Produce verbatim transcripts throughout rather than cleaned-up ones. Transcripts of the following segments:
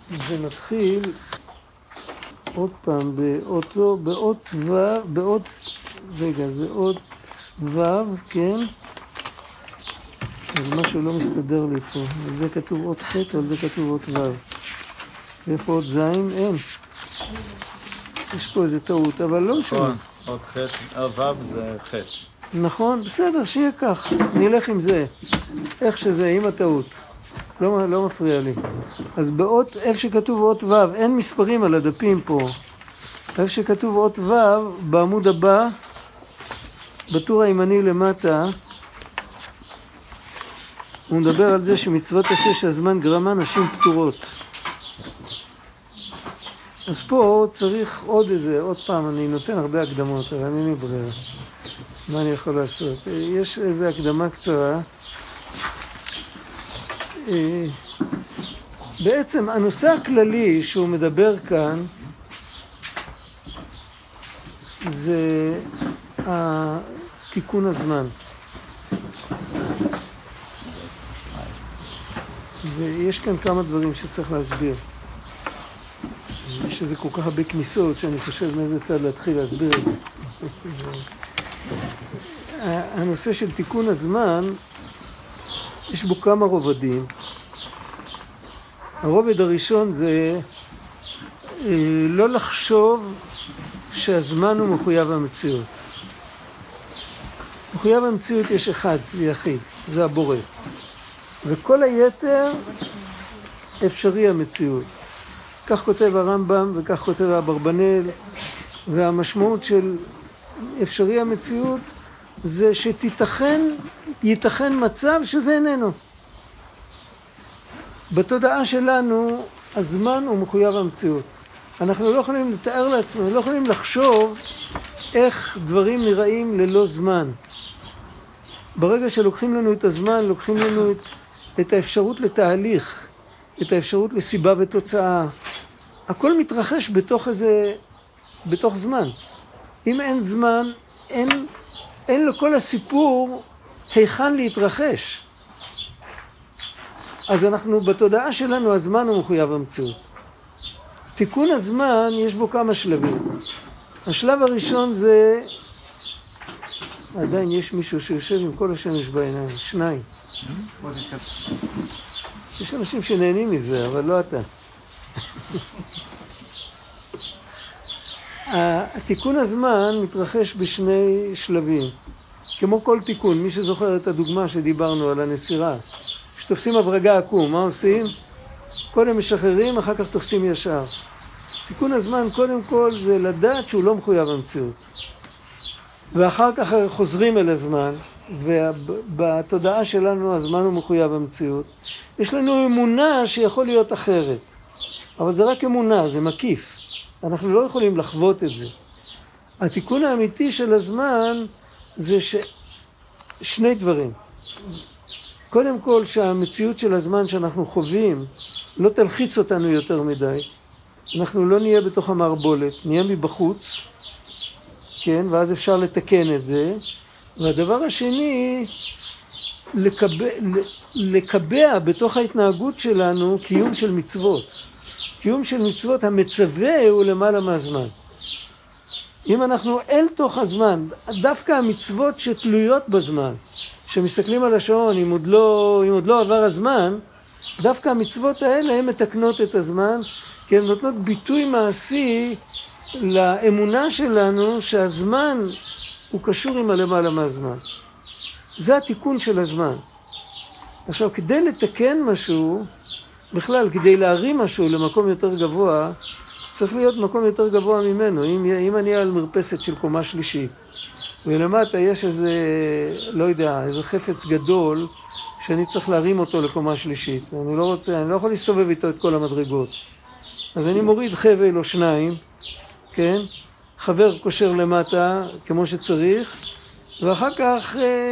ונתחיל עוד פעם באותו, באות ו', באות, רגע, זה אות ו', כן? אז משהו לא מסתדר לי פה. על זה כתוב אות ח', על זה כתוב אות ו'. איפה אות ז'? אין. יש פה איזה טעות, אבל לא משנה. אות ח', ו' זה ח'. נכון, בסדר, שיהיה כך. נלך עם זה. איך שזה, עם הטעות. לא, לא מפריע לי. אז באות, איפה שכתוב אות ו', אין מספרים על הדפים פה. איפה שכתוב אות ו', בעמוד הבא, בטור הימני למטה, הוא מדבר על זה שמצוות עשה שהזמן גרמה נשים פטורות. אז פה צריך עוד איזה, עוד פעם, אני נותן הרבה הקדמות, אבל אני מברירה. מה אני יכול לעשות? יש איזו הקדמה קצרה. בעצם הנושא הכללי שהוא מדבר כאן זה תיקון הזמן. ויש כאן כמה דברים שצריך להסביר. יש איזה כל כך הרבה כניסות שאני חושב מאיזה צד להתחיל להסביר את זה. הנושא של תיקון הזמן, יש בו כמה רובדים. הרובד הראשון זה לא לחשוב שהזמן הוא מחויב המציאות. מחויב המציאות יש אחד ויחיד, זה הבורא. וכל היתר אפשרי המציאות. כך כותב הרמב"ם וכך כותב אברבנאל, והמשמעות של אפשרי המציאות זה שתיתכן, ייתכן מצב שזה איננו. בתודעה שלנו הזמן הוא מחויב המציאות. אנחנו לא יכולים לתאר לעצמנו, לא יכולים לחשוב איך דברים נראים ללא זמן. ברגע שלוקחים לנו את הזמן, לוקחים לנו את, את האפשרות לתהליך, את האפשרות לסיבה ותוצאה. הכל מתרחש בתוך איזה, בתוך זמן. אם אין זמן, אין, אין לכל הסיפור היכן להתרחש. אז אנחנו, בתודעה שלנו, הזמן הוא מחויב המציאות. תיקון הזמן, יש בו כמה שלבים. השלב הראשון זה, עדיין יש מישהו שיושב עם כל השמש בעיניים, שניים. יש אנשים שנהנים מזה, אבל לא אתה. התיקון הזמן מתרחש בשני שלבים. כמו כל תיקון, מי שזוכר את הדוגמה שדיברנו על הנסירה, שתופסים הברגה עקום, מה עושים? קודם משחררים, אחר כך תופסים ישר. תיקון הזמן קודם כל זה לדעת שהוא לא מחויב המציאות. ואחר כך חוזרים אל הזמן, ובתודעה שלנו הזמן הוא מחויב המציאות. יש לנו אמונה שיכול להיות אחרת. אבל זה רק אמונה, זה מקיף. אנחנו לא יכולים לחוות את זה. התיקון האמיתי של הזמן זה ש... שני דברים. קודם כל שהמציאות של הזמן שאנחנו חווים לא תלחיץ אותנו יותר מדי. אנחנו לא נהיה בתוך המערבולת, נהיה מבחוץ, כן, ואז אפשר לתקן את זה. והדבר השני, לקבע, לקבע בתוך ההתנהגות שלנו קיום של מצוות. קיום של מצוות המצווה הוא למעלה מהזמן. אם אנחנו אל תוך הזמן, דווקא המצוות שתלויות בזמן, שמסתכלים על השעון, אם עוד לא, אם עוד לא עבר הזמן, דווקא המצוות האלה הן מתקנות את הזמן, כי הן נותנות ביטוי מעשי לאמונה שלנו שהזמן הוא קשור עם הלמעלה מהזמן. זה התיקון של הזמן. עכשיו, כדי לתקן משהו, בכלל, כדי להרים משהו למקום יותר גבוה, צריך להיות מקום יותר גבוה ממנו. אם, אם אני על מרפסת של קומה שלישית, ולמטה יש איזה, לא יודע, איזה חפץ גדול, שאני צריך להרים אותו לקומה שלישית. אני לא רוצה, אני לא יכול להסתובב איתו את כל המדרגות. אז אני מוריד חבל או שניים, כן? חבר קושר למטה, כמו שצריך, ואחר כך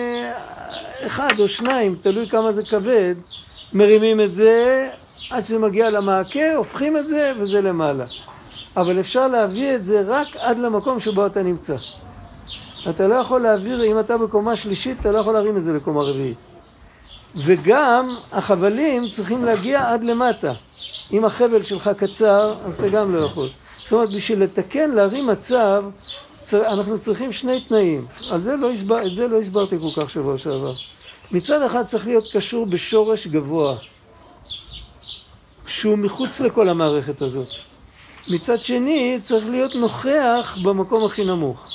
אחד או שניים, תלוי כמה זה כבד, מרימים את זה, עד שזה מגיע למעקה, הופכים את זה, וזה למעלה. אבל אפשר להביא את זה רק עד למקום שבו אתה נמצא. אתה לא יכול להעביר, אם אתה בקומה שלישית, אתה לא יכול להרים את זה לקומה רביעית. וגם החבלים צריכים להגיע עד למטה. אם החבל שלך קצר, אז אתה גם לא יכול. זאת אומרת, בשביל לתקן, להרים מצב, אנחנו צריכים שני תנאים. על זה לא הסבר, את זה לא הסברתי כל כך שבוע שעבר. מצד אחד צריך להיות קשור בשורש גבוה, שהוא מחוץ לכל המערכת הזאת. מצד שני, צריך להיות נוכח במקום הכי נמוך.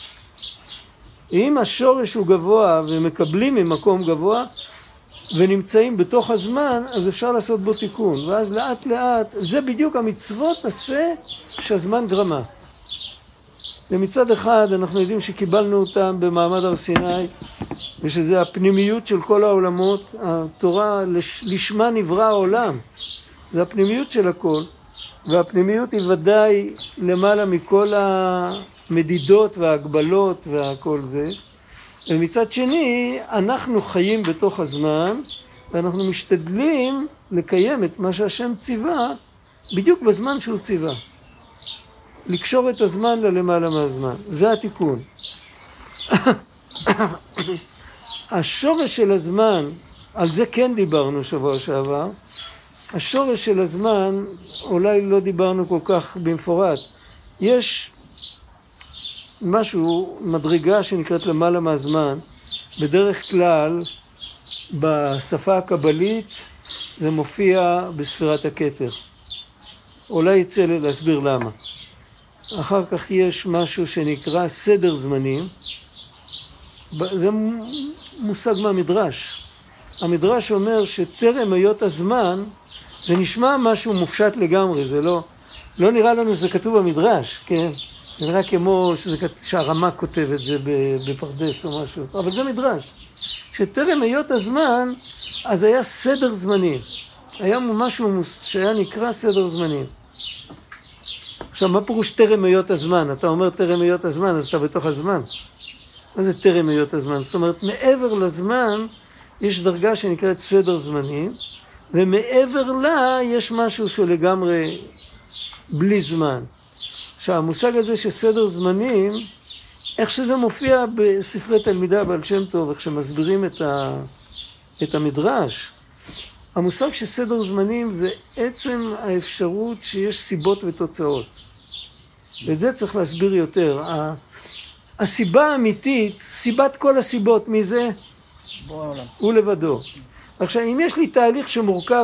אם השורש הוא גבוה ומקבלים ממקום גבוה ונמצאים בתוך הזמן, אז אפשר לעשות בו תיקון. ואז לאט לאט, זה בדיוק המצוות עשה שהזמן גרמה. ומצד אחד אנחנו יודעים שקיבלנו אותם במעמד הר סיני, ושזה הפנימיות של כל העולמות, התורה לשמה נברא העולם. זה הפנימיות של הכל, והפנימיות היא ודאי למעלה מכל המדידות וההגבלות והכל זה. ומצד שני, אנחנו חיים בתוך הזמן, ואנחנו משתדלים לקיים את מה שהשם ציווה, בדיוק בזמן שהוא ציווה. לקשור את הזמן ללמעלה מהזמן. זה התיקון. השורש של הזמן, על זה כן דיברנו שבוע שעבר, השורש של הזמן, אולי לא דיברנו כל כך במפורט. יש משהו, מדרגה שנקראת למעלה מהזמן, בדרך כלל, בשפה הקבלית, זה מופיע בספירת הכתר. אולי יצא לי להסביר למה. אחר כך יש משהו שנקרא סדר זמנים. זה מושג מהמדרש. המדרש אומר שטרם היות הזמן, זה נשמע משהו מופשט לגמרי, זה לא, לא נראה לנו שזה כתוב במדרש, כן? זה נראה כמו שזה, שהרמה כותב את זה בפרדס או משהו, אבל זה מדרש. שטרם היות הזמן, אז היה סדר זמנים. היה משהו שהיה נקרא סדר זמנים. עכשיו, מה פירוש טרם היות הזמן? אתה אומר טרם היות הזמן, אז אתה בתוך הזמן. מה זה טרם היות הזמן? זאת אומרת, מעבר לזמן, יש דרגה שנקראת סדר זמנים, ומעבר לה יש משהו שלגמרי בלי זמן. עכשיו, המושג הזה שסדר זמנים, איך שזה מופיע בספרי תלמידה בעל שם טוב, איך שמסבירים את, ה, את המדרש, המושג שסדר זמנים זה עצם האפשרות שיש סיבות ותוצאות. ואת זה צריך להסביר יותר. הסיבה האמיתית, סיבת כל הסיבות, מי זה? הוא לבדו. עכשיו, אם יש לי תהליך שמורכב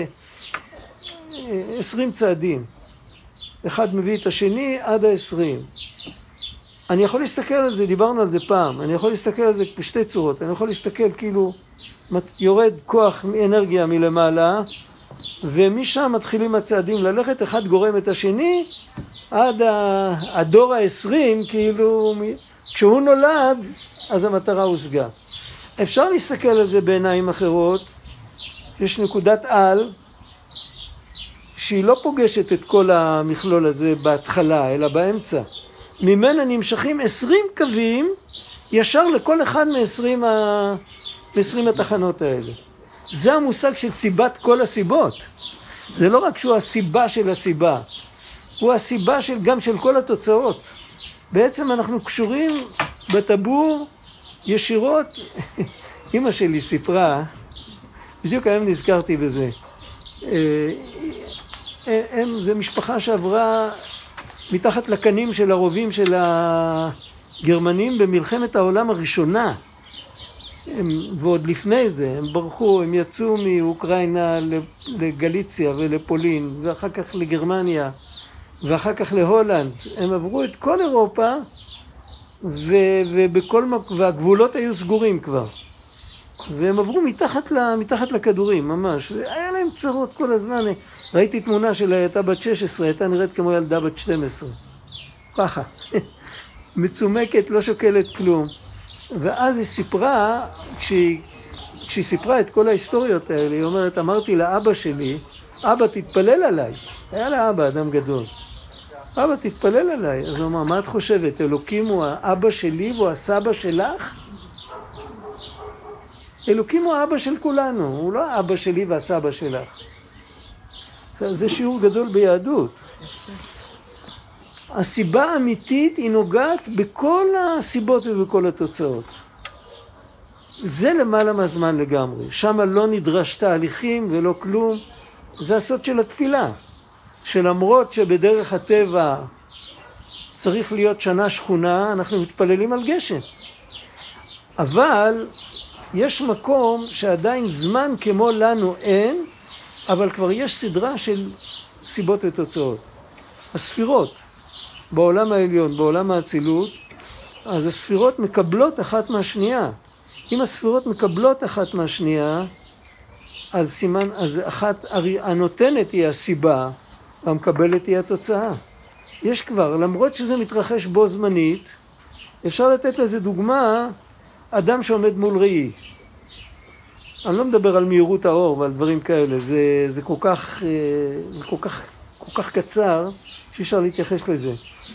מ-עשרים צעדים, אחד מביא את השני עד ה-עשרים. אני יכול להסתכל על זה, דיברנו על זה פעם, אני יכול להסתכל על זה בשתי צורות. אני יכול להסתכל כאילו יורד כוח אנרגיה מלמעלה, ומשם מתחילים הצעדים ללכת, אחד גורם את השני, עד הדור ה-עשרים, כאילו, כשהוא נולד, אז המטרה הושגה. אפשר להסתכל על זה בעיניים אחרות, יש נקודת על, שהיא לא פוגשת את כל המכלול הזה בהתחלה, אלא באמצע. ממנה נמשכים עשרים קווים, ישר לכל אחד מ-עשרים ה... עשרים התחנות האלה. זה המושג של סיבת כל הסיבות. זה לא רק שהוא הסיבה של הסיבה, הוא הסיבה של, גם של כל התוצאות. בעצם אנחנו קשורים בטבור ישירות. אמא שלי סיפרה, בדיוק היום נזכרתי בזה, הם, זה משפחה שעברה מתחת לקנים של הרובים של הגרמנים במלחמת העולם הראשונה. הם, ועוד לפני זה, הם ברחו, הם יצאו מאוקראינה לגליציה ולפולין, ואחר כך לגרמניה, ואחר כך להולנד. הם עברו את כל אירופה, ו, ובכל, והגבולות היו סגורים כבר. והם עברו מתחת, ל, מתחת לכדורים, ממש. היה להם צרות כל הזמן. ראיתי תמונה שלה, הייתה בת שש עשרה, הייתה נראית כמו ילדה בת שתים עשרה. ככה. מצומקת, לא שוקלת כלום. ואז היא סיפרה, כשהיא, כשהיא סיפרה את כל ההיסטוריות האלה, היא אומרת, אמרתי לאבא שלי, אבא תתפלל עליי. היה לה אבא, אדם גדול. אבא תתפלל עליי. אז הוא אמר, מה את חושבת? אלוקים הוא האבא שלי והוא הסבא שלך? אלוקים הוא האבא של כולנו, הוא לא האבא שלי והסבא שלך. זה שיעור גדול ביהדות. הסיבה האמיתית היא נוגעת בכל הסיבות ובכל התוצאות. זה למעלה מהזמן לגמרי. שם לא נדרש תהליכים ולא כלום. זה הסוד של התפילה. שלמרות שבדרך הטבע צריך להיות שנה שכונה, אנחנו מתפללים על גשם. אבל יש מקום שעדיין זמן כמו לנו אין, אבל כבר יש סדרה של סיבות ותוצאות. הספירות בעולם העליון, בעולם האצילות, אז הספירות מקבלות אחת מהשנייה. אם הספירות מקבלות אחת מהשנייה, אז סימן, אז אחת, הנותנת היא הסיבה, והמקבלת היא התוצאה. יש כבר, למרות שזה מתרחש בו זמנית, אפשר לתת לזה דוגמה, אדם שעומד מול ראי. אני לא מדבר על מהירות האור ועל דברים כאלה, זה, זה כל כך, זה כל כך, כל כך קצר, שאפשר להתייחס לזה.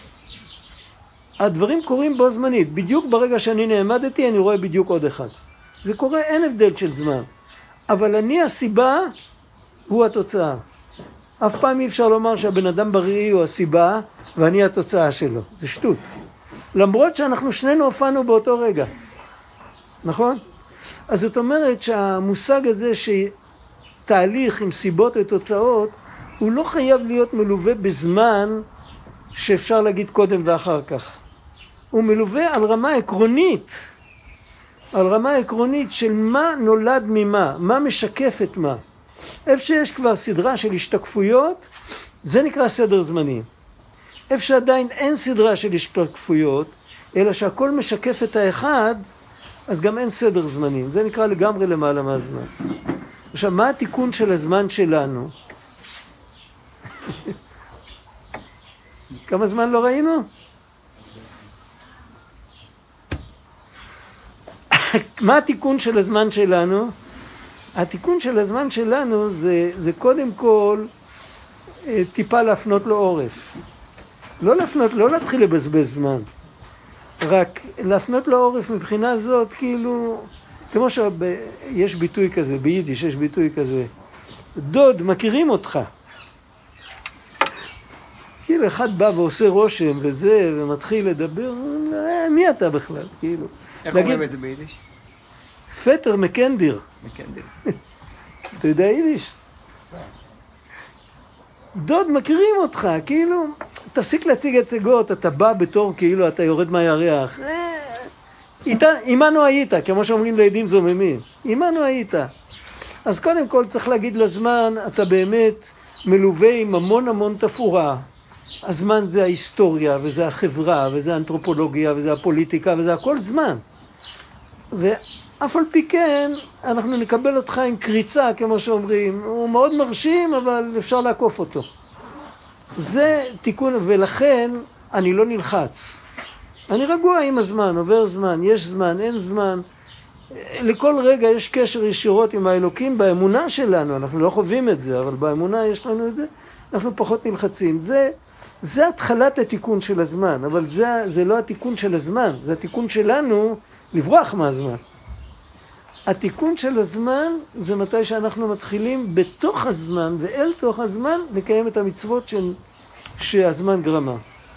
הדברים קורים בו זמנית, בדיוק ברגע שאני נעמדתי, אני רואה בדיוק עוד אחד. זה קורה, אין הבדל של זמן. אבל אני הסיבה, הוא התוצאה. אף פעם אי אפשר לומר שהבן אדם בראי הוא הסיבה, ואני התוצאה שלו. זה שטות. למרות שאנחנו שנינו הופענו באותו רגע. נכון? אז זאת אומרת שהמושג הזה שתהליך עם סיבות ותוצאות, הוא לא חייב להיות מלווה בזמן שאפשר להגיד קודם ואחר כך. הוא מלווה על רמה עקרונית, על רמה עקרונית של מה נולד ממה, מה משקף את מה. איפה שיש כבר סדרה של השתקפויות, זה נקרא סדר זמנים. איפה שעדיין אין סדרה של השתקפויות, אלא שהכל משקף את האחד, אז גם אין סדר זמנים. זה נקרא לגמרי למעלה מהזמן. עכשיו, מה התיקון של הזמן שלנו? כמה זמן לא ראינו? מה התיקון של הזמן שלנו? התיקון של הזמן שלנו זה, זה קודם כל טיפה להפנות לו עורף. לא להפנות, לא להתחיל לבזבז זמן. רק להפנות לו עורף מבחינה זאת, כאילו, כמו שיש ביטוי כזה, ביידיש יש ביטוי כזה, דוד, מכירים אותך. כאילו אחד בא ועושה רושם וזה, ומתחיל לדבר, מי אתה בכלל? כאילו. איך אומרים את זה ביידיש? פטר מקנדיר. מקנדיר. אתה יודע יידיש? דוד, מכירים אותך, כאילו, תפסיק להציג הצגות, אתה בא בתור כאילו אתה יורד מהירח. אימנו היית, כמו שאומרים לידים זוממים. אימנו היית. אז קודם כל צריך להגיד לזמן, אתה באמת מלווה עם המון המון תפאורה. הזמן זה ההיסטוריה, וזה החברה, וזה האנתרופולוגיה, וזה הפוליטיקה, וזה הכל זמן. ואף על פי כן, אנחנו נקבל אותך עם קריצה, כמו שאומרים. הוא מאוד מרשים, אבל אפשר לעקוף אותו. זה תיקון, ולכן אני לא נלחץ. אני רגוע עם הזמן, עובר זמן, יש זמן, אין זמן. לכל רגע יש קשר ישירות עם האלוקים באמונה שלנו. אנחנו לא חווים את זה, אבל באמונה יש לנו את זה. אנחנו פחות נלחצים. זה, זה התחלת התיקון של הזמן, אבל זה, זה לא התיקון של הזמן, זה התיקון שלנו לברוח מהזמן. התיקון של הזמן זה מתי שאנחנו מתחילים בתוך הזמן ואל תוך הזמן לקיים את המצוות ש... שהזמן גרמה.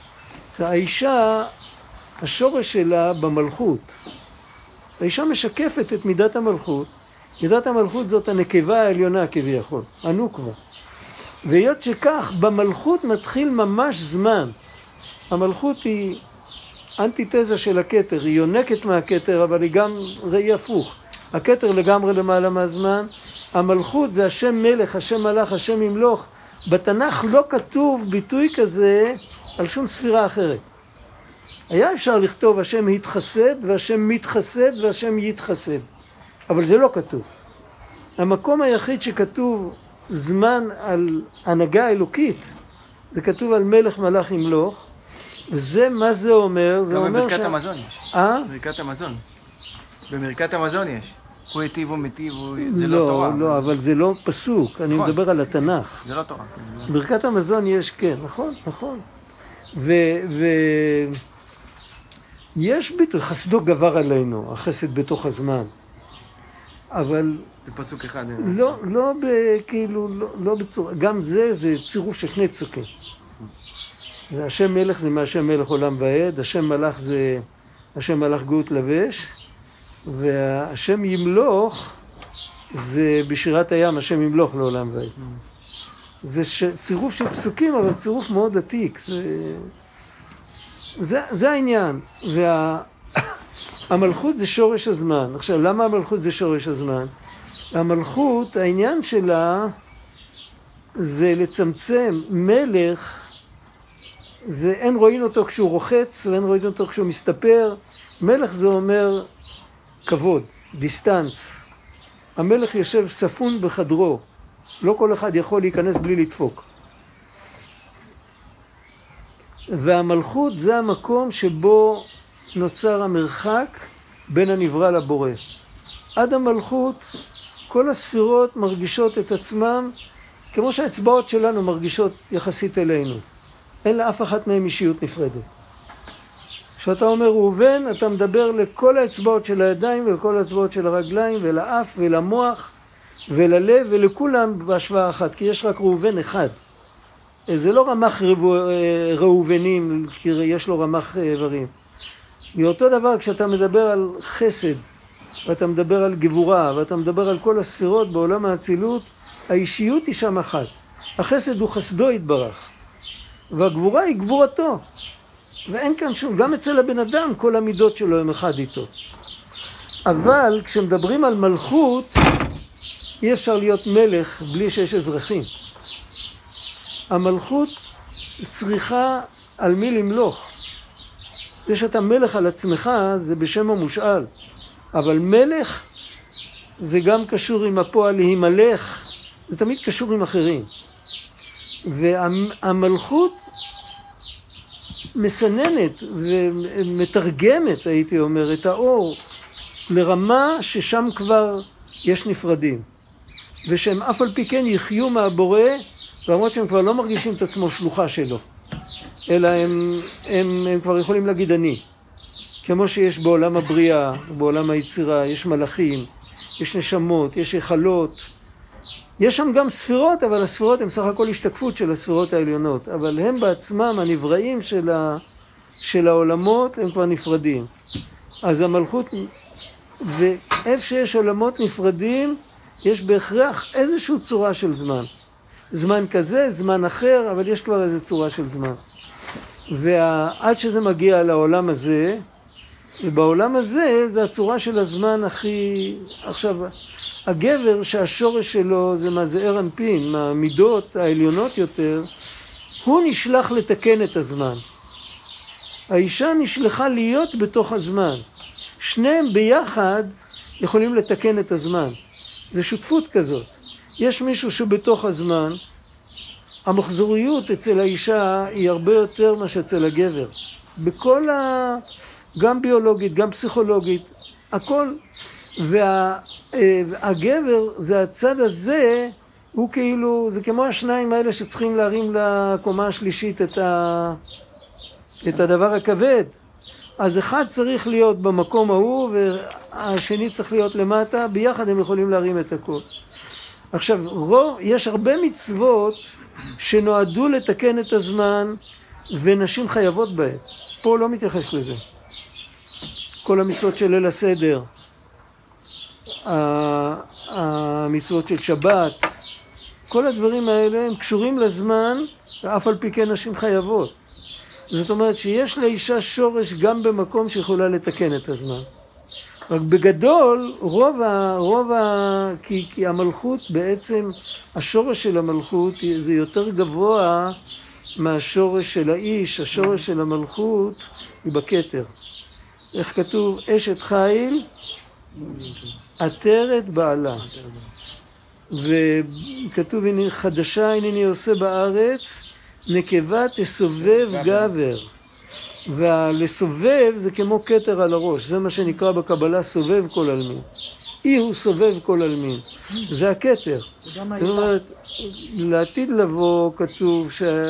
האישה, השורש שלה במלכות. האישה משקפת את מידת המלכות. מידת המלכות זאת הנקבה העליונה כביכול, הנוקבה. והיות שכך, במלכות מתחיל ממש זמן. המלכות היא אנטיתזה של הכתר, היא יונקת מהכתר, אבל היא גם ראי הפוך. הכתר לגמרי למעלה מהזמן. המלכות זה השם מלך, השם מלך, השם ימלוך. בתנ"ך לא כתוב ביטוי כזה על שום ספירה אחרת. היה אפשר לכתוב השם התחסד והשם מתחסד והשם יתחסד. אבל זה לא כתוב. המקום היחיד שכתוב זמן על הנהגה אלוקית, זה כתוב על מלך מלך ימלוך. וזה מה זה אומר? זה אומר גם בברכת המזון יש. אה? בברכת המזון. בברכת המזון יש. הוא היטיב ומיטיב, זה לא תורה. לא, לא, אבל זה לא פסוק. אני מדבר על התנ"ך. זה לא תורה. בברכת המזון יש, כן, נכון, נכון. ויש ביטוי, חסדו גבר עלינו, החסד בתוך הזמן. אבל בפסוק אחד. לא, לא כאילו, לא בצורה, גם זה, זה צירוף של שני פסוקים. השם מלך זה מהשם מלך עולם ועד, השם מלך זה השם מלך גאות לבש, והשם ימלוך זה בשירת הים, השם ימלוך לעולם ועד. זה ש... צירוף של פסוקים, אבל צירוף מאוד עתיק. זה, זה, זה העניין. והמלכות זה שורש הזמן. עכשיו, למה המלכות זה שורש הזמן? המלכות, העניין שלה זה לצמצם מלך, זה אין רואים אותו כשהוא רוחץ ואין רואים אותו כשהוא מסתפר. מלך זה אומר כבוד, דיסטנס. המלך יושב ספון בחדרו, לא כל אחד יכול להיכנס בלי לדפוק. והמלכות זה המקום שבו נוצר המרחק בין הנברא לבורא. עד המלכות כל הספירות מרגישות את עצמם כמו שהאצבעות שלנו מרגישות יחסית אלינו. אין לאף אחת מהם אישיות נפרדת. כשאתה אומר ראובן, אתה מדבר לכל האצבעות של הידיים ולכל האצבעות של הרגליים ולאף ולמוח וללב ולכולם בהשוואה אחת, כי יש רק ראובן אחד. זה לא רמ"ח ראובנים, כי יש לו רמ"ח איברים. מאותו דבר כשאתה מדבר על חסד, ואתה מדבר על גבורה, ואתה מדבר על כל הספירות בעולם האצילות, האישיות היא שם אחת. החסד הוא חסדו יתברך, והגבורה היא גבורתו. ואין כאן שום, גם אצל הבן אדם כל המידות שלו הם אחד איתו. אבל כשמדברים על מלכות, אי אפשר להיות מלך בלי שיש אזרחים. המלכות צריכה על מי למלוך. זה שאתה מלך על עצמך זה בשם המושאל. אבל מלך זה גם קשור עם הפועל להימלך, זה תמיד קשור עם אחרים. והמלכות מסננת ומתרגמת, הייתי אומר, את האור לרמה ששם כבר יש נפרדים. ושהם אף על פי כן יחיו מהבורא, למרות שהם כבר לא מרגישים את עצמו שלוחה שלו. אלא הם, הם, הם כבר יכולים להגיד אני. כמו שיש בעולם הבריאה, בעולם היצירה, יש מלאכים, יש נשמות, יש היכלות. יש שם גם ספירות, אבל הספירות הן סך הכל השתקפות של הספירות העליונות. אבל הם בעצמם, הנבראים של, ה, של העולמות, הם כבר נפרדים. אז המלכות, ואיפה שיש עולמות נפרדים, יש בהכרח איזושהי צורה של זמן. זמן כזה, זמן אחר, אבל יש כבר איזו צורה של זמן. ועד שזה מגיע לעולם הזה, ובעולם הזה, זה הצורה של הזמן הכי... עכשיו, הגבר שהשורש שלו זה מה זה אנפין, מהמידות העליונות יותר, הוא נשלח לתקן את הזמן. האישה נשלחה להיות בתוך הזמן. שניהם ביחד יכולים לתקן את הזמן. זה שותפות כזאת. יש מישהו שבתוך הזמן, המחזוריות אצל האישה היא הרבה יותר מה שאצל הגבר. בכל ה... גם ביולוגית, גם פסיכולוגית, הכל. והגבר, זה הצד הזה, הוא כאילו, זה כמו השניים האלה שצריכים להרים לקומה השלישית את, ה... את הדבר הכבד. אז אחד צריך להיות במקום ההוא, והשני צריך להיות למטה, ביחד הם יכולים להרים את הכל. עכשיו, רוב, יש הרבה מצוות שנועדו לתקן את הזמן, ונשים חייבות בהן. פה לא מתייחס לזה. כל המצוות של ליל הסדר, המצוות של שבת, כל הדברים האלה הם קשורים לזמן, ואף על פי כן נשים חייבות. זאת אומרת שיש לאישה שורש גם במקום שיכולה לתקן את הזמן. רק בגדול, רוב ה... רוב ה... כי, כי המלכות בעצם, השורש של המלכות זה יותר גבוה מהשורש של האיש. השורש של המלכות היא בכתר. איך כתוב? אשת חיל עטרת בעלה. וכתוב הנה חדשה הנני עושה בארץ, נקבה תסובב גבר. ולסובב זה כמו כתר על הראש, זה מה שנקרא בקבלה סובב כל עלמין. אי הוא סובב כל עלמין, זה הכתר. זאת אומרת, לעתיד לבוא כתוב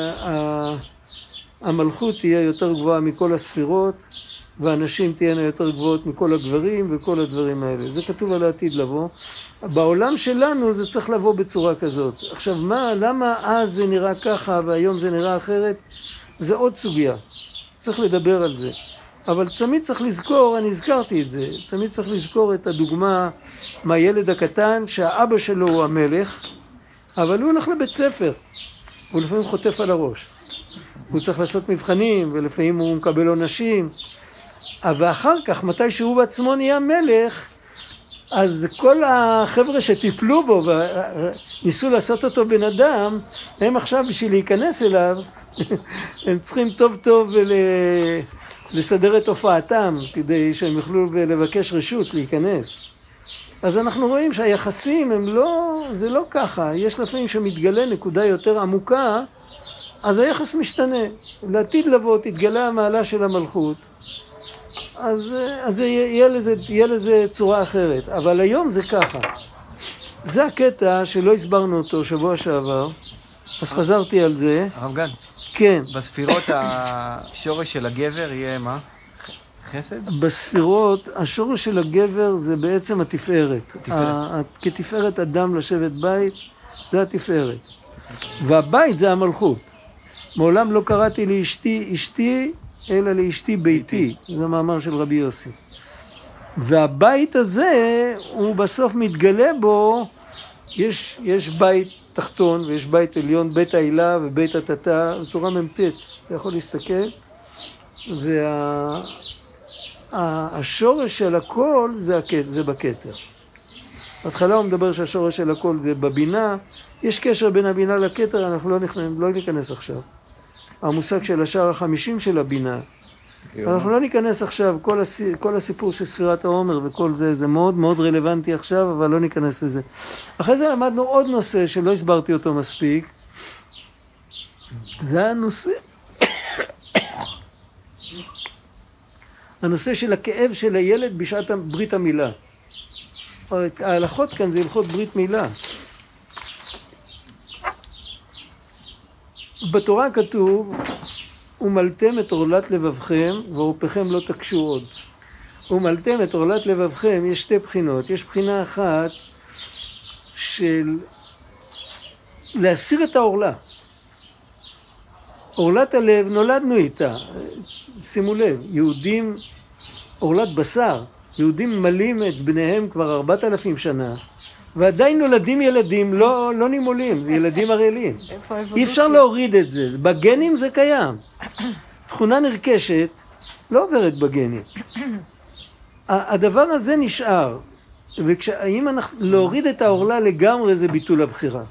שהמלכות תהיה יותר גבוהה מכל הספירות, והנשים תהיינה יותר גבוהות מכל הגברים וכל הדברים האלה. זה כתוב על העתיד לבוא. בעולם שלנו זה צריך לבוא בצורה כזאת. עכשיו, מה, למה אז זה נראה ככה והיום זה נראה אחרת? זה עוד סוגיה. צריך לדבר על זה. אבל תמיד צריך לזכור, אני הזכרתי את זה, תמיד צריך לזכור את הדוגמה מהילד הקטן שהאבא שלו הוא המלך, אבל הוא הולך לבית ספר, הוא לפעמים חוטף על הראש. הוא צריך לעשות מבחנים, ולפעמים הוא מקבל עונשים. אבל אחר כך, מתי שהוא בעצמו נהיה מלך, אז כל החבר'ה שטיפלו בו וניסו לעשות אותו בן אדם, הם עכשיו בשביל להיכנס אליו, הם צריכים טוב טוב לסדר את הופעתם, כדי שהם יוכלו לבקש רשות להיכנס. אז אנחנו רואים שהיחסים הם לא, זה לא ככה. יש לפעמים שמתגלה נקודה יותר עמוקה, אז היחס משתנה. לעתיד לבוא תתגלה המעלה של המלכות, אז, אז יהיה, לזה, יהיה לזה צורה אחרת. אבל היום זה ככה. זה הקטע שלא הסברנו אותו שבוע שעבר, אז חזרתי על זה. הרב גן. כן. בספירות השורש של הגבר יהיה מה? חסד? בספירות, השורש של הגבר זה בעצם התפארת. התפארת. כתפארת אדם לשבת בית, זה התפארת. והבית זה המלכות. מעולם לא קראתי לאשתי אשתי, אלא לאשתי ביתי. זה מאמר של רבי יוסי. והבית הזה, הוא בסוף מתגלה בו, יש, יש בית תחתון ויש בית עליון, בית העילה ובית התתה, תורה ממתת, אתה יכול להסתכל. והשורש של הכל זה, זה בכתר. בהתחלה הוא מדבר שהשורש של הכל זה בבינה, יש קשר בין הבינה לכתר, אנחנו לא, נכנס, לא ניכנס עכשיו. המושג של השער החמישים של הבינה, אנחנו לא ניכנס עכשיו, כל, הסי, כל הסיפור של ספירת העומר וכל זה, זה מאוד מאוד רלוונטי עכשיו, אבל לא ניכנס לזה. אחרי זה למדנו עוד נושא שלא הסברתי אותו מספיק, זה הנושא, הנושא של הכאב של הילד בשעת ברית המילה. ההלכות כאן זה הלכות ברית מילה. בתורה כתוב, ומלתם את עורלת לבבכם, ועורפכם לא תקשו עוד. ומלתם את עורלת לבבכם, יש שתי בחינות. יש בחינה אחת של להסיר את העורלה. עורלת הלב, נולדנו איתה. שימו לב, יהודים, עורלת בשר, יהודים מלאים את בניהם כבר ארבעת אלפים שנה, ועדיין נולדים ילדים לא, לא נימולים, ילדים ערלים. אי אפשר להוריד את זה, בגנים זה קיים. תכונה נרכשת לא עוברת בגנים. הדבר הזה נשאר, ואם אנחנו להוריד את העורלה לגמרי זה ביטול הבחירה.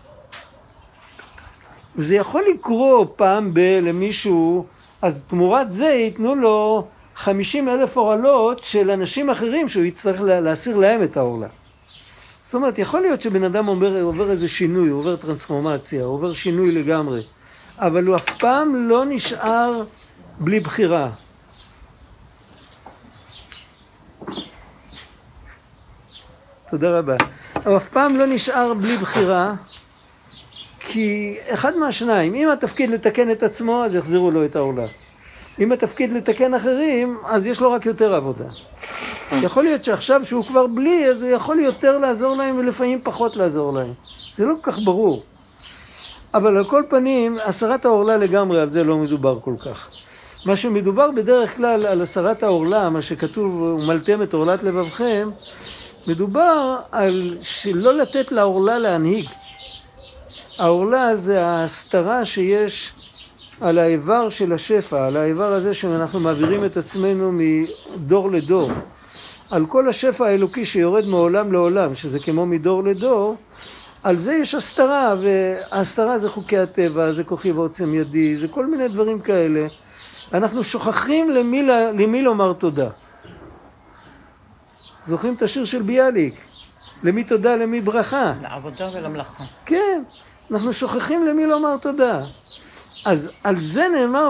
וזה יכול לקרוא פעם ב- למישהו, אז תמורת זה ייתנו לו חמישים אלף עורלות של אנשים אחרים שהוא יצטרך להסיר להם את העורלה. זאת אומרת, יכול להיות שבן אדם עובר, עובר איזה שינוי, עובר טרנספורמציה, עובר שינוי לגמרי, אבל הוא אף פעם לא נשאר בלי בחירה. תודה רבה. הוא אף פעם לא נשאר בלי בחירה, כי אחד מהשניים, אם התפקיד לתקן את עצמו, אז יחזירו לו את העורלה. אם התפקיד לתקן אחרים, אז יש לו רק יותר עבודה. יכול להיות שעכשיו שהוא כבר בלי, אז הוא יכול יותר לעזור להם ולפעמים פחות לעזור להם. זה לא כל כך ברור. אבל על כל פנים, הסרת העורלה לגמרי, על זה לא מדובר כל כך. מה שמדובר בדרך כלל על הסרת העורלה, מה שכתוב, ומלתם את עורלת לבבכם, מדובר על שלא לתת לעורלה להנהיג. העורלה זה ההסתרה שיש על האיבר של השפע, על האיבר הזה שאנחנו מעבירים את עצמנו מדור לדור. על כל השפע האלוקי שיורד מעולם לעולם, שזה כמו מדור לדור, על זה יש הסתרה, וההסתרה זה חוקי הטבע, זה כוחי ועוצם ידי, זה כל מיני דברים כאלה. אנחנו שוכחים למי, למי לומר תודה. זוכרים את השיר של ביאליק? למי תודה, למי ברכה. לעבודה ולמלאכה. כן, אנחנו שוכחים למי לומר תודה. אז על זה נאמר,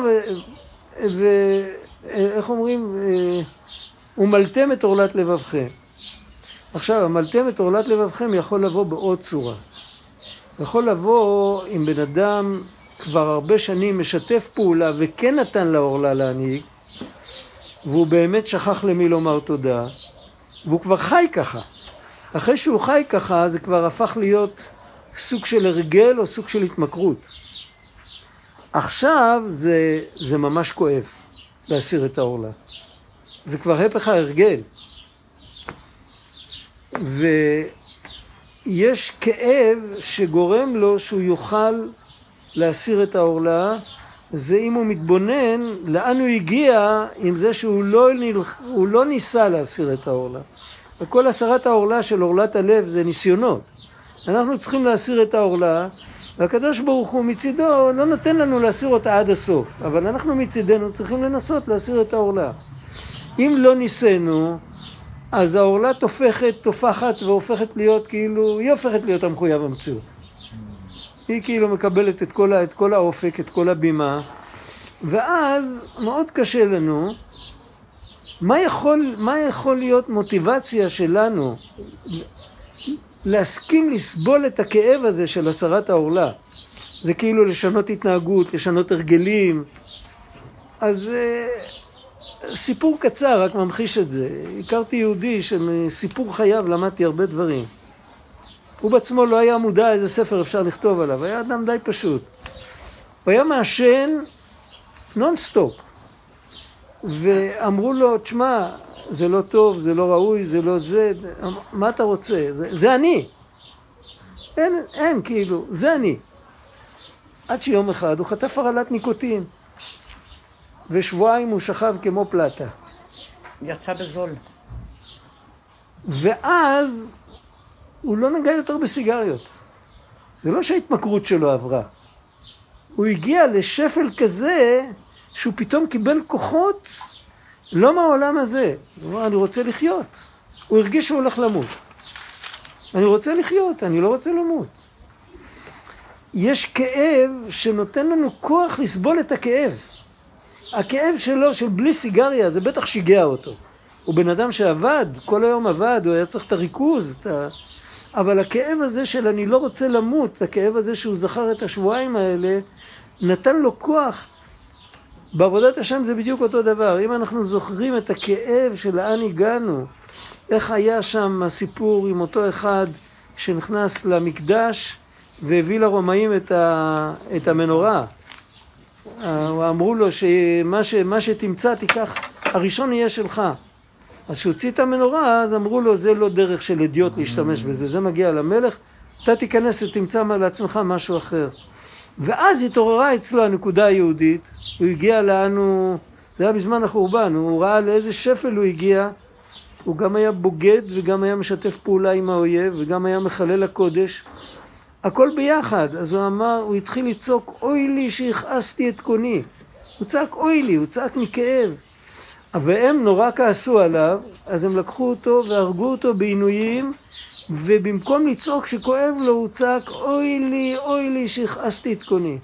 ואיך אומרים, ומלתם את עורלת לבבכם. עכשיו, המלתם את עורלת לבבכם יכול לבוא בעוד צורה. יכול לבוא אם בן אדם כבר הרבה שנים משתף פעולה וכן נתן לעורלה להנהיג, והוא באמת שכח למי לומר תודה, והוא כבר חי ככה. אחרי שהוא חי ככה, זה כבר הפך להיות סוג של הרגל או סוג של התמכרות. עכשיו זה, זה ממש כואב להסיר את העורלה. זה כבר הפך ההרגל. ויש כאב שגורם לו שהוא יוכל להסיר את העורלה, זה אם הוא מתבונן לאן הוא הגיע עם זה שהוא לא, נלח... הוא לא ניסה להסיר את העורלה. וכל הסרת העורלה של עורלת הלב זה ניסיונות. אנחנו צריכים להסיר את העורלה, והקדוש ברוך הוא מצידו לא נותן לנו להסיר אותה עד הסוף, אבל אנחנו מצידנו צריכים לנסות להסיר את העורלה. אם לא ניסינו, אז העורלה תופכת, תופחת והופכת להיות כאילו, היא הופכת להיות המחויב המציאות. היא כאילו מקבלת את כל, את כל האופק, את כל הבימה, ואז מאוד קשה לנו. מה יכול, מה יכול להיות מוטיבציה שלנו להסכים לסבול את הכאב הזה של הסרת העורלה? זה כאילו לשנות התנהגות, לשנות הרגלים. אז סיפור קצר רק ממחיש את זה. הכרתי יהודי שמסיפור חייו למדתי הרבה דברים. הוא בעצמו לא היה מודע איזה ספר אפשר לכתוב עליו, היה אדם די פשוט. הוא היה מעשן נונסטופ. ואמרו לו, תשמע, זה לא טוב, זה לא ראוי, זה לא זה, מה אתה רוצה? זה, זה אני. אין, אין, כאילו, זה אני. עד שיום אחד הוא חטף הרעלת ניקוטין, ושבועיים הוא שכב כמו פלטה. יצא בזול. ואז הוא לא נגע יותר בסיגריות. זה לא שההתמכרות שלו עברה. הוא הגיע לשפל כזה שהוא פתאום קיבל כוחות לא מהעולם הזה. הוא אמר, אני רוצה לחיות. הוא הרגיש שהוא הולך למות. אני רוצה לחיות, אני לא רוצה למות. יש כאב שנותן לנו כוח לסבול את הכאב. הכאב שלו, של בלי סיגריה, זה בטח שיגע אותו. הוא בן אדם שעבד, כל היום עבד, הוא היה צריך את הריכוז, את ה... אבל הכאב הזה של אני לא רוצה למות, הכאב הזה שהוא זכר את השבועיים האלה, נתן לו כוח. בעבודת השם זה בדיוק אותו דבר. אם אנחנו זוכרים את הכאב של לאן הגענו, איך היה שם הסיפור עם אותו אחד שנכנס למקדש והביא לרומאים את, ה... את המנורה. אמרו לו שמה ש... מה שתמצא תיקח, הראשון יהיה שלך. אז כשהוציא את המנורה, אז אמרו לו, זה לא דרך של אדיוט להשתמש בזה, זה מגיע למלך, אתה תיכנס ותמצא לעצמך משהו אחר. ואז התעוררה אצלו הנקודה היהודית, הוא הגיע לאן הוא, זה היה בזמן החורבן, הוא ראה לאיזה שפל הוא הגיע, הוא גם היה בוגד וגם היה משתף פעולה עם האויב, וגם היה מחלל הקודש, הכל ביחד. אז הוא אמר, הוא התחיל לצעוק, אוי לי שהכעסתי את קוני. הוא צעק אוי לי, הוא צעק מכאב. והם נורא כעסו עליו, אז הם לקחו אותו והרגו אותו בעינויים, ובמקום לצעוק שכואב לו, הוא צעק, אוי לי, אוי לי שהכעסתי את קוני.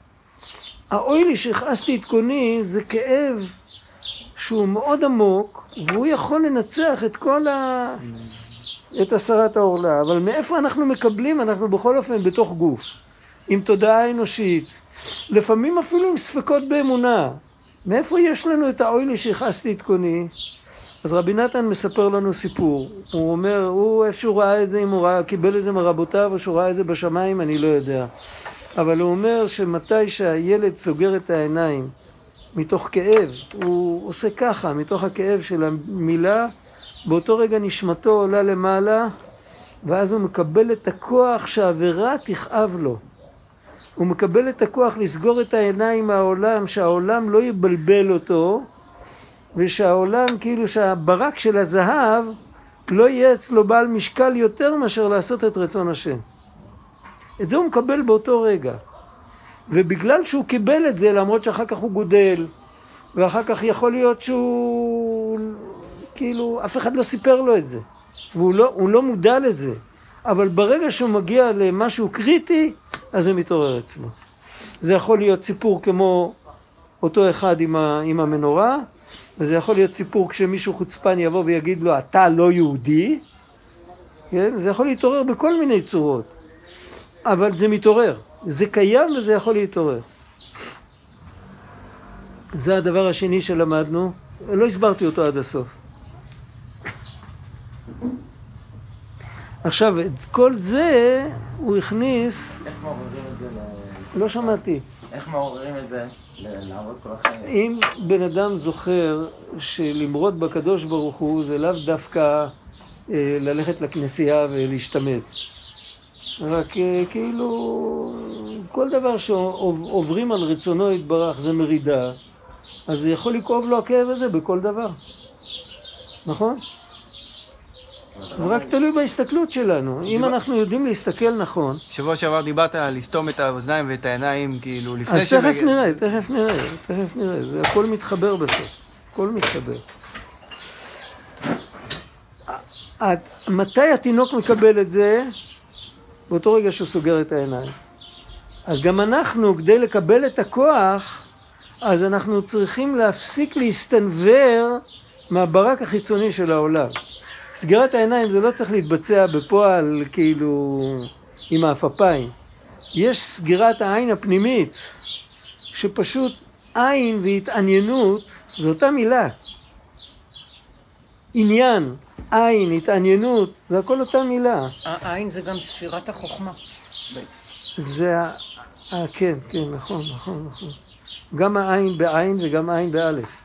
האוי לי שהכעסתי את קוני זה כאב שהוא מאוד עמוק, והוא יכול לנצח את כל ה... את הסרת העורלה. אבל מאיפה אנחנו מקבלים? אנחנו בכל אופן בתוך גוף, עם תודעה אנושית, לפעמים אפילו עם ספקות באמונה. מאיפה יש לנו את האוי לי שהכעסתי את קוני? אז רבי נתן מספר לנו סיפור. הוא אומר, הוא איפה שהוא ראה את זה, אם הוא ראה, קיבל את זה מרבותיו, או שהוא ראה את זה בשמיים, אני לא יודע. אבל הוא אומר שמתי שהילד סוגר את העיניים, מתוך כאב, הוא עושה ככה, מתוך הכאב של המילה, באותו רגע נשמתו עולה למעלה, ואז הוא מקבל את הכוח שהעבירה תכאב לו. הוא מקבל את הכוח לסגור את העיניים מהעולם, שהעולם לא יבלבל אותו, ושהעולם, כאילו שהברק של הזהב, לא יהיה אצלו בעל משקל יותר מאשר לעשות את רצון השם. את זה הוא מקבל באותו רגע. ובגלל שהוא קיבל את זה, למרות שאחר כך הוא גודל, ואחר כך יכול להיות שהוא, כאילו, אף אחד לא סיפר לו את זה. והוא לא, הוא לא מודע לזה. אבל ברגע שהוא מגיע למשהו קריטי, אז זה מתעורר אצלו. זה יכול להיות סיפור כמו אותו אחד עם, ה, עם המנורה, וזה יכול להיות סיפור כשמישהו חוצפן יבוא ויגיד לו, אתה לא יהודי. כן? זה יכול להתעורר בכל מיני צורות. אבל זה מתעורר. זה קיים וזה יכול להתעורר. זה הדבר השני שלמדנו. לא הסברתי אותו עד הסוף. עכשיו, את כל זה הוא הכניס... איך מעוררים את זה לא שמעתי. איך מעוררים את זה לעבוד כל החיים? אם בן אדם זוכר שלמרוד בקדוש ברוך הוא זה לאו דווקא אה, ללכת לכנסייה ולהשתמט. רק אה, כאילו כל דבר שעוברים על רצונו יתברך זה מרידה, אז זה יכול לכאוב לו הכאב הזה בכל דבר. נכון? זה רק תלוי בהסתכלות שלנו. אם אנחנו יודעים להסתכל נכון... שבוע שעבר דיברת על לסתום את האוזניים ואת העיניים, כאילו, לפני אז תכף נראה, תכף נראה, תכף נראה. זה הכל מתחבר בסוף. הכל מתחבר. מתי התינוק מקבל את זה? באותו רגע שהוא סוגר את העיניים. אז גם אנחנו, כדי לקבל את הכוח, אז אנחנו צריכים להפסיק להסתנבר מהברק החיצוני של העולם. סגירת העיניים זה לא צריך להתבצע בפועל כאילו עם האפפיים. יש סגירת העין הפנימית, שפשוט עין והתעניינות זה אותה מילה. עניין, עין, התעניינות, זה הכל אותה מילה. העין זה גם ספירת החוכמה. זה, אה, כן, כן, נכון, נכון, נכון. גם העין בעין וגם העין באלף.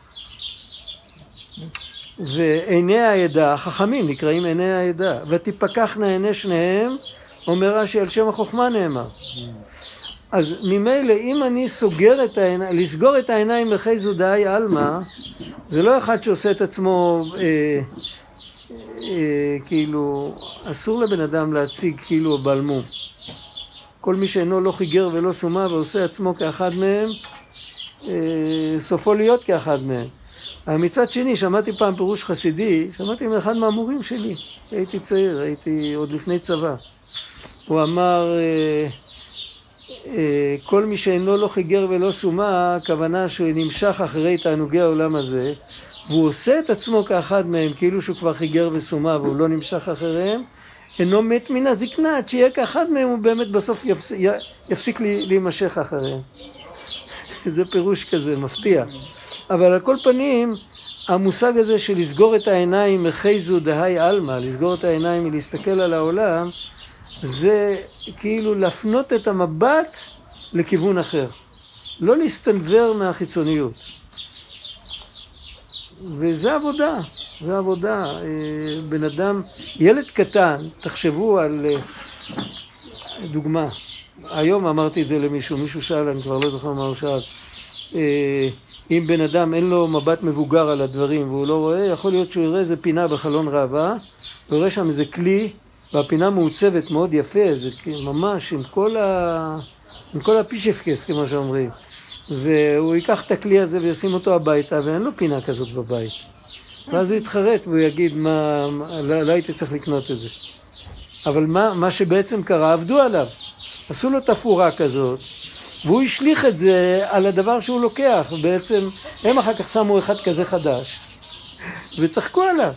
ועיני העדה, החכמים נקראים עיני העדה, ותפקחנה עיני שניהם, אומר רש"י על שם החוכמה נאמר. אז ממילא אם אני סוגר את העיניים, לסגור את העיניים בחייזו דהאי עלמא, זה לא אחד שעושה את עצמו, אה, אה, כאילו, אסור לבן אדם להציג כאילו בלמום. כל מי שאינו לא חיגר ולא סומה ועושה עצמו כאחד מהם, אה, סופו להיות כאחד מהם. מצד שני, שמעתי פעם פירוש חסידי, שמעתי מאחד מהמורים שלי, הייתי צעיר, הייתי עוד לפני צבא. הוא אמר, אה, אה, כל מי שאינו לא חיגר ולא סומה, הכוונה שהוא נמשך אחרי תענוגי העולם הזה, והוא עושה את עצמו כאחד מהם, כאילו שהוא כבר חיגר וסומה והוא לא נמשך אחריהם, אינו מת מן הזקנה, עד שיהיה כאחד מהם הוא באמת בסוף יפס, י, יפסיק לי, להימשך אחריהם. זה פירוש כזה, מפתיע. אבל על כל פנים, המושג הזה של לסגור את העיניים מחייזו דהאי עלמא, לסגור את העיניים מלהסתכל על העולם, זה כאילו להפנות את המבט לכיוון אחר. לא להסתנבר מהחיצוניות. וזה עבודה, זה עבודה. בן אדם, ילד קטן, תחשבו על דוגמה. היום אמרתי את זה למישהו, מישהו שאל, אני כבר לא זוכר מה הוא שאל. אם בן אדם אין לו מבט מבוגר על הדברים והוא לא רואה, יכול להיות שהוא יראה איזה פינה בחלון ראווה, הוא יראה שם איזה כלי, והפינה מעוצבת מאוד יפה, זה ממש עם כל, ה... עם כל הפישפקס, כמו שאומרים. והוא ייקח את הכלי הזה וישים אותו הביתה, ואין לו פינה כזאת בבית. ואז הוא יתחרט והוא יגיד, מה, לא, לא הייתי צריך לקנות את זה. אבל מה, מה שבעצם קרה, עבדו עליו. עשו לו תפורה כזאת, והוא השליך את זה על הדבר שהוא לוקח. בעצם הם אחר כך שמו אחד כזה חדש, וצחקו עליו.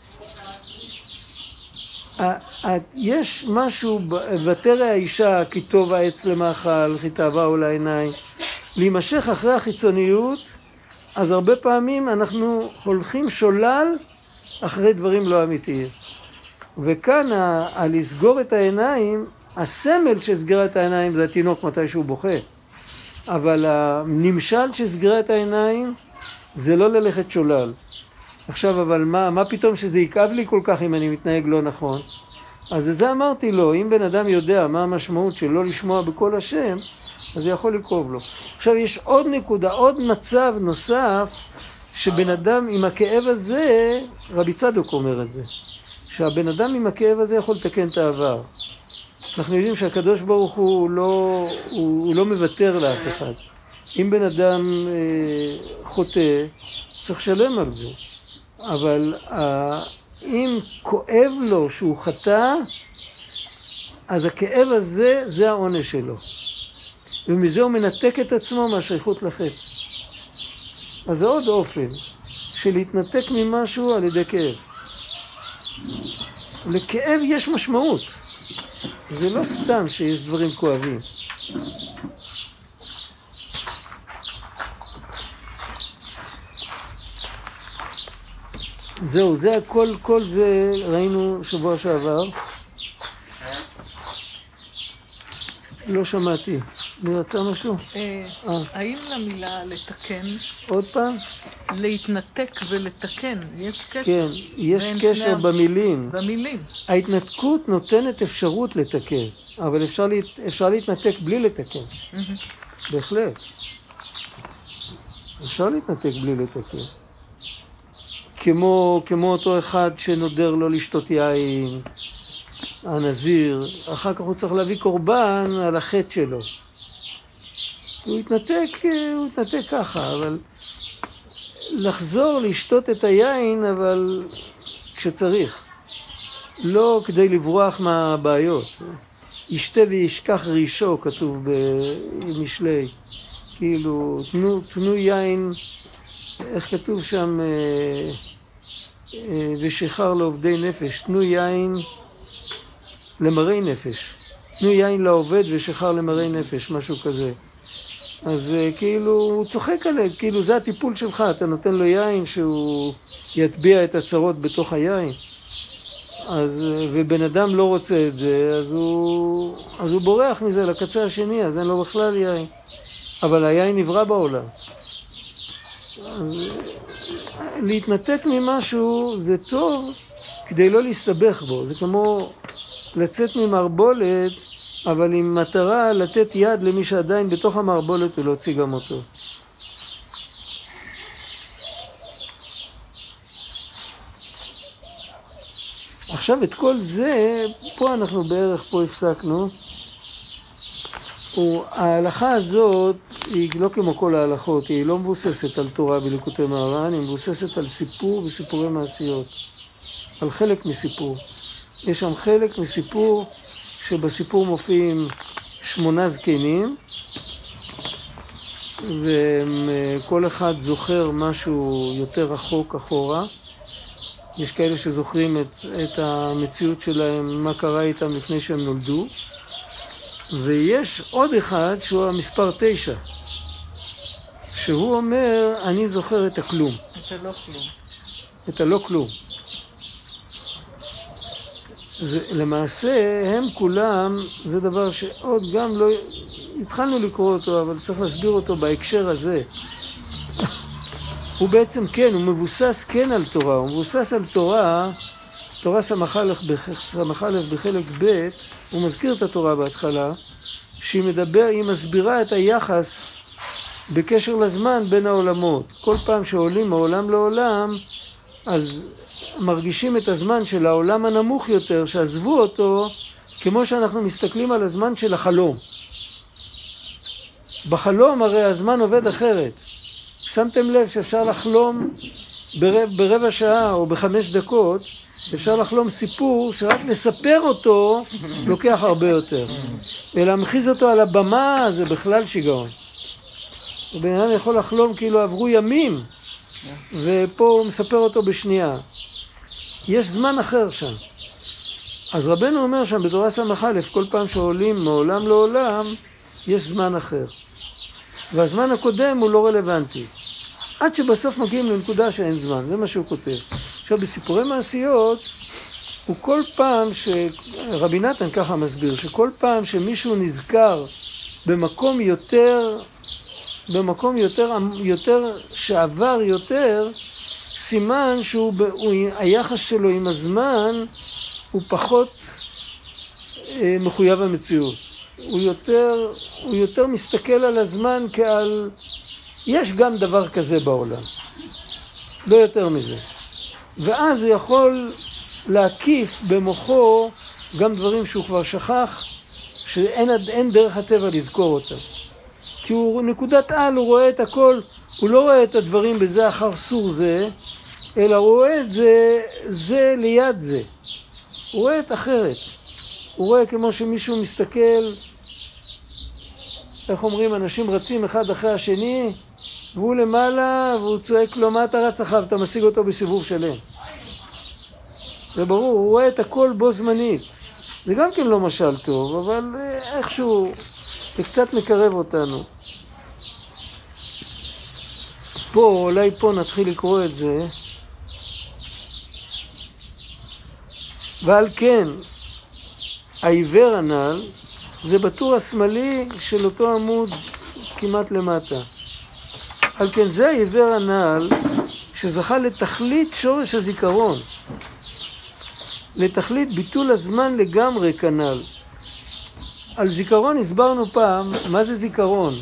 יש משהו, ותרא האישה כי טוב העץ למאכל, כי תאווה עול העיניים. להימשך אחרי החיצוניות, אז הרבה פעמים אנחנו הולכים שולל אחרי דברים לא אמיתיים. וכאן ה- ה- לסגור את העיניים, הסמל של סגירת העיניים זה התינוק מתי שהוא בוכה. אבל הנמשל של סגירת העיניים זה לא ללכת שולל. עכשיו, אבל מה, מה פתאום שזה יכאב לי כל כך אם אני מתנהג לא נכון? אז זה אמרתי לו, אם בן אדם יודע מה המשמעות של לא לשמוע בכל השם, אז זה יכול לכאוב לו. עכשיו, יש עוד נקודה, עוד מצב נוסף, שבן אדם עם הכאב הזה, רבי צדוק אומר את זה, שהבן אדם עם הכאב הזה יכול לתקן את העבר. אנחנו יודעים שהקדוש ברוך הוא לא, הוא, הוא לא מוותר לאף אחד. אם בן אדם אה, חוטא, צריך לשלם על זה. אבל אה, אם כואב לו שהוא חטא, אז הכאב הזה, זה העונש שלו. ומזה הוא מנתק את עצמו מהשייכות לחטא. אז זה עוד אופן של להתנתק ממשהו על ידי כאב. לכאב יש משמעות. זה לא סתם שיש דברים כואבים. זהו, זה הכל, כל זה ראינו שבוע שעבר. לא שמעתי. מי רצה משהו? אה, אה. האם למילה לתקן, עוד פעם? להתנתק ולתקן, יש קשר? כן, יש בין קשר שני ה- במילים. במילים. ההתנתקות נותנת אפשרות לתקן, אבל אפשר, להת... אפשר להתנתק בלי לתקן. בהחלט. אפשר להתנתק בלי לתקן. כמו, כמו אותו אחד שנודר לו לשתות יין, הנזיר, אחר כך הוא צריך להביא קורבן על החטא שלו. הוא התנתק, הוא התנתק ככה, אבל לחזור לשתות את היין, אבל כשצריך. לא כדי לברוח מהבעיות. ישתה וישכח רישו, כתוב במשלי. כאילו, תנו, תנו יין, איך כתוב שם, אה, אה, ושחר לעובדי נפש, תנו יין למראי נפש. תנו יין לעובד ושחר למראי נפש, משהו כזה. אז אה, כאילו, הוא צוחק עליהם, כאילו זה הטיפול שלך, אתה נותן לו יין שהוא יטביע את הצרות בתוך היין. אז, ובן אדם לא רוצה את זה, אז הוא, אז הוא בורח מזה לקצה השני, אז אין לו בכלל יין. אבל היין נברא בעולם. אז, להתנתק ממשהו זה טוב כדי לא להסתבך בו. זה כמו לצאת ממערבולת, אבל עם מטרה לתת יד למי שעדיין בתוך המערבולת ולהוציא גם אותו. עכשיו את כל זה, פה אנחנו בערך, פה הפסקנו. ההלכה הזאת היא לא כמו כל ההלכות, היא לא מבוססת על תורה בליקוטי מהר"ן, היא מבוססת על סיפור וסיפורי מעשיות, על חלק מסיפור. יש שם חלק מסיפור שבסיפור מופיעים שמונה זקנים, וכל אחד זוכר משהו יותר רחוק אחורה. יש כאלה שזוכרים את, את המציאות שלהם, מה קרה איתם לפני שהם נולדו. ויש עוד אחד שהוא המספר תשע, שהוא אומר, אני זוכר את הכלום. את הלא כלום. את הלא כלום. זה, למעשה, הם כולם, זה דבר שעוד גם לא, התחלנו לקרוא אותו, אבל צריך להסביר אותו בהקשר הזה. הוא בעצם כן, הוא מבוסס כן על תורה, הוא מבוסס על תורה, תורה סמך א' בחלק ב', הוא מזכיר את התורה בהתחלה, שהיא מדבר, היא מסבירה את היחס בקשר לזמן בין העולמות. כל פעם שעולים מעולם לעולם, אז מרגישים את הזמן של העולם הנמוך יותר, שעזבו אותו, כמו שאנחנו מסתכלים על הזמן של החלום. בחלום הרי הזמן עובד אחרת. שמתם לב שאפשר לחלום ברבע, ברבע שעה או בחמש דקות, אפשר לחלום סיפור שרק לספר אותו לוקח הרבה יותר. ולהמחיז אותו על הבמה זה בכלל שיגעון. ובן אדם יכול לחלום כאילו עברו ימים, ופה הוא מספר אותו בשנייה. יש זמן אחר שם. אז רבנו אומר שם בתורה סמך א', כל פעם שעולים מעולם לעולם, יש זמן אחר. והזמן הקודם הוא לא רלוונטי. עד שבסוף מגיעים לנקודה שאין זמן, זה מה שהוא כותב. עכשיו, בסיפורי מעשיות, הוא כל פעם שרבי נתן ככה מסביר, שכל פעם שמישהו נזכר במקום יותר, במקום יותר, יותר שעבר יותר, סימן שהוא, הוא, היחס שלו עם הזמן הוא פחות אה, מחויב המציאות. הוא יותר, הוא יותר מסתכל על הזמן כעל, יש גם דבר כזה בעולם, לא יותר מזה. ואז הוא יכול להקיף במוחו גם דברים שהוא כבר שכח, שאין אין דרך הטבע לזכור אותם. כי הוא נקודת על, הוא רואה את הכל, הוא לא רואה את הדברים בזה אחר סור זה, אלא הוא רואה את זה, זה ליד זה. הוא רואה את אחרת. הוא רואה כמו שמישהו מסתכל, איך אומרים, אנשים רצים אחד אחרי השני, והוא למעלה, והוא צועק לו, מה אתה רץ אחריו? אתה משיג אותו בסיבוב שלם. זה ברור, הוא רואה את הכל בו זמנית. זה גם כן לא משל טוב, אבל איכשהו, זה קצת מקרב אותנו. פה, אולי פה נתחיל לקרוא את זה. ועל כן, העיוור הנ"ל זה בטור השמאלי של אותו עמוד כמעט למטה. על כן זה העיוור הנעל שזכה לתכלית שורש הזיכרון, לתכלית ביטול הזמן לגמרי כנ"ל. על זיכרון הסברנו פעם, מה זה זיכרון?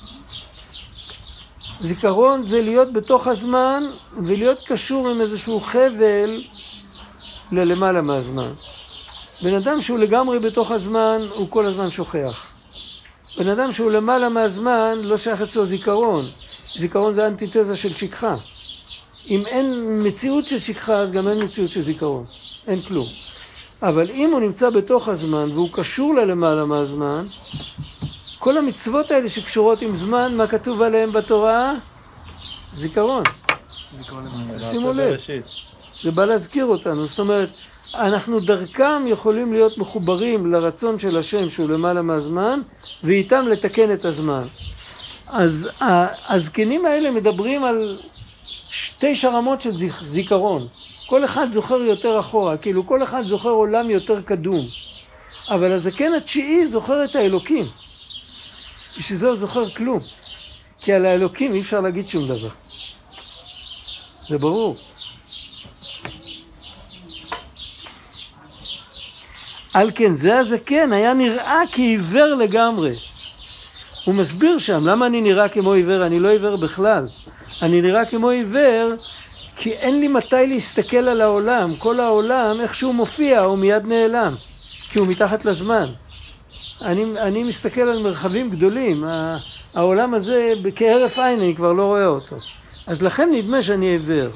זיכרון זה להיות בתוך הזמן ולהיות קשור עם איזשהו חבל ללמעלה מהזמן. בן אדם שהוא לגמרי בתוך הזמן הוא כל הזמן שוכח. בן אדם שהוא למעלה מהזמן לא שייך אצלו זיכרון. זיכרון זה אנטיתזה של שכחה. אם אין מציאות של שכחה אז גם אין מציאות של זיכרון. אין כלום. אבל אם הוא נמצא בתוך הזמן והוא קשור ללמעלה מהזמן, כל המצוות האלה שקשורות עם זמן, מה כתוב עליהם בתורה? זיכרון. זיכרון למעשה. שימו לב. זה בא להזכיר אותנו. זאת אומרת, אנחנו דרכם יכולים להיות מחוברים לרצון של השם שהוא למעלה מהזמן, ואיתם לתקן את הזמן. אז הזקנים האלה מדברים על שתי רמות של זיכרון. כל אחד זוכר יותר אחורה, כאילו כל אחד זוכר עולם יותר קדום. אבל הזקן התשיעי זוכר את האלוקים. בשביל זה הוא זוכר כלום. כי על האלוקים אי אפשר להגיד שום דבר. זה ברור. על כן זה הזקן היה נראה כעיוור לגמרי. הוא מסביר שם, למה אני נראה כמו עיוור? אני לא עיוור בכלל. אני נראה כמו עיוור כי אין לי מתי להסתכל על העולם. כל העולם, איך שהוא מופיע, הוא מיד נעלם. כי הוא מתחת לזמן. אני, אני מסתכל על מרחבים גדולים. העולם הזה, כהרף עין, אני כבר לא רואה אותו. אז לכם נדמה שאני עיוור.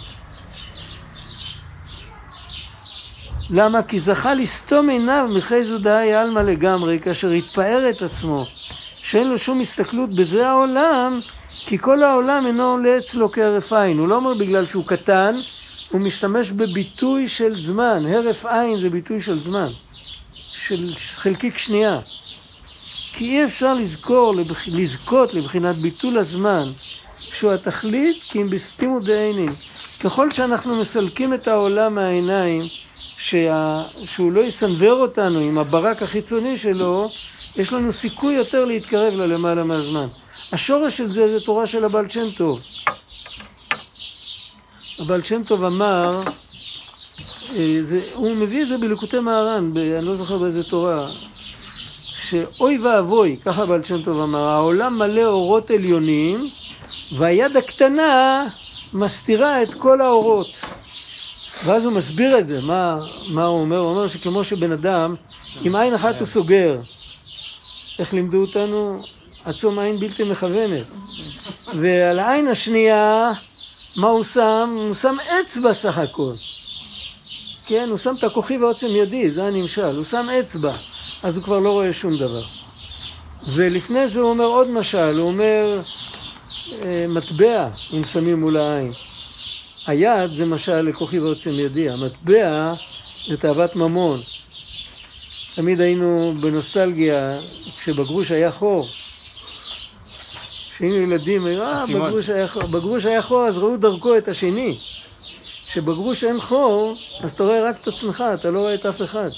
למה? כי זכה לסתום עיניו מחייזו דהי אלמה לגמרי, כאשר התפאר את עצמו, שאין לו שום הסתכלות בזה העולם, כי כל העולם אינו עולה אצלו כהרף עין. הוא לא אומר בגלל שהוא קטן, הוא משתמש בביטוי של זמן. הרף עין זה ביטוי של זמן, של חלקיק שנייה. כי אי אפשר לזכור, לזכות לבחינת ביטול הזמן, שהוא התכלית, כי אם בסתימו דעינים. ככל שאנחנו מסלקים את העולם מהעיניים, שה... שהוא לא יסנבר אותנו עם הברק החיצוני שלו, יש לנו סיכוי יותר להתקרב ללמעלה מהזמן. השורש של זה זה תורה של הבעל שם טוב. הבעל שם טוב אמר, זה, הוא מביא את זה בליקוטי מהר"ן, ב, אני לא זוכר באיזה תורה, שאוי ואבוי, ככה הבעל שם טוב אמר, העולם מלא אורות עליונים, והיד הקטנה מסתירה את כל האורות. ואז הוא מסביר את זה, מה, מה הוא אומר? הוא אומר שכמו שבן אדם, עם עין אחת הוא סוגר. איך לימדו אותנו? עצום עין בלתי מכוונת. ועל העין השנייה, מה הוא שם? הוא שם אצבע סך הכל. כן, הוא שם את הכוחי ועוצם ידי, זה הנמשל. הוא שם אצבע, אז הוא כבר לא רואה שום דבר. ולפני זה הוא אומר עוד משל, הוא אומר מטבע, אם שמים מול העין. היד זה משל לכוחי ועוצם ידי, המטבע זה תאוות ממון. תמיד היינו בנוסטלגיה, כשבגרוש היה חור. כשהיינו ילדים, אה, בגרוש היה, בגרוש היה חור, אז ראו דרכו את השני. כשבגרוש אין חור, אז אתה רואה רק את עצמך, אתה לא רואה את אף אחד.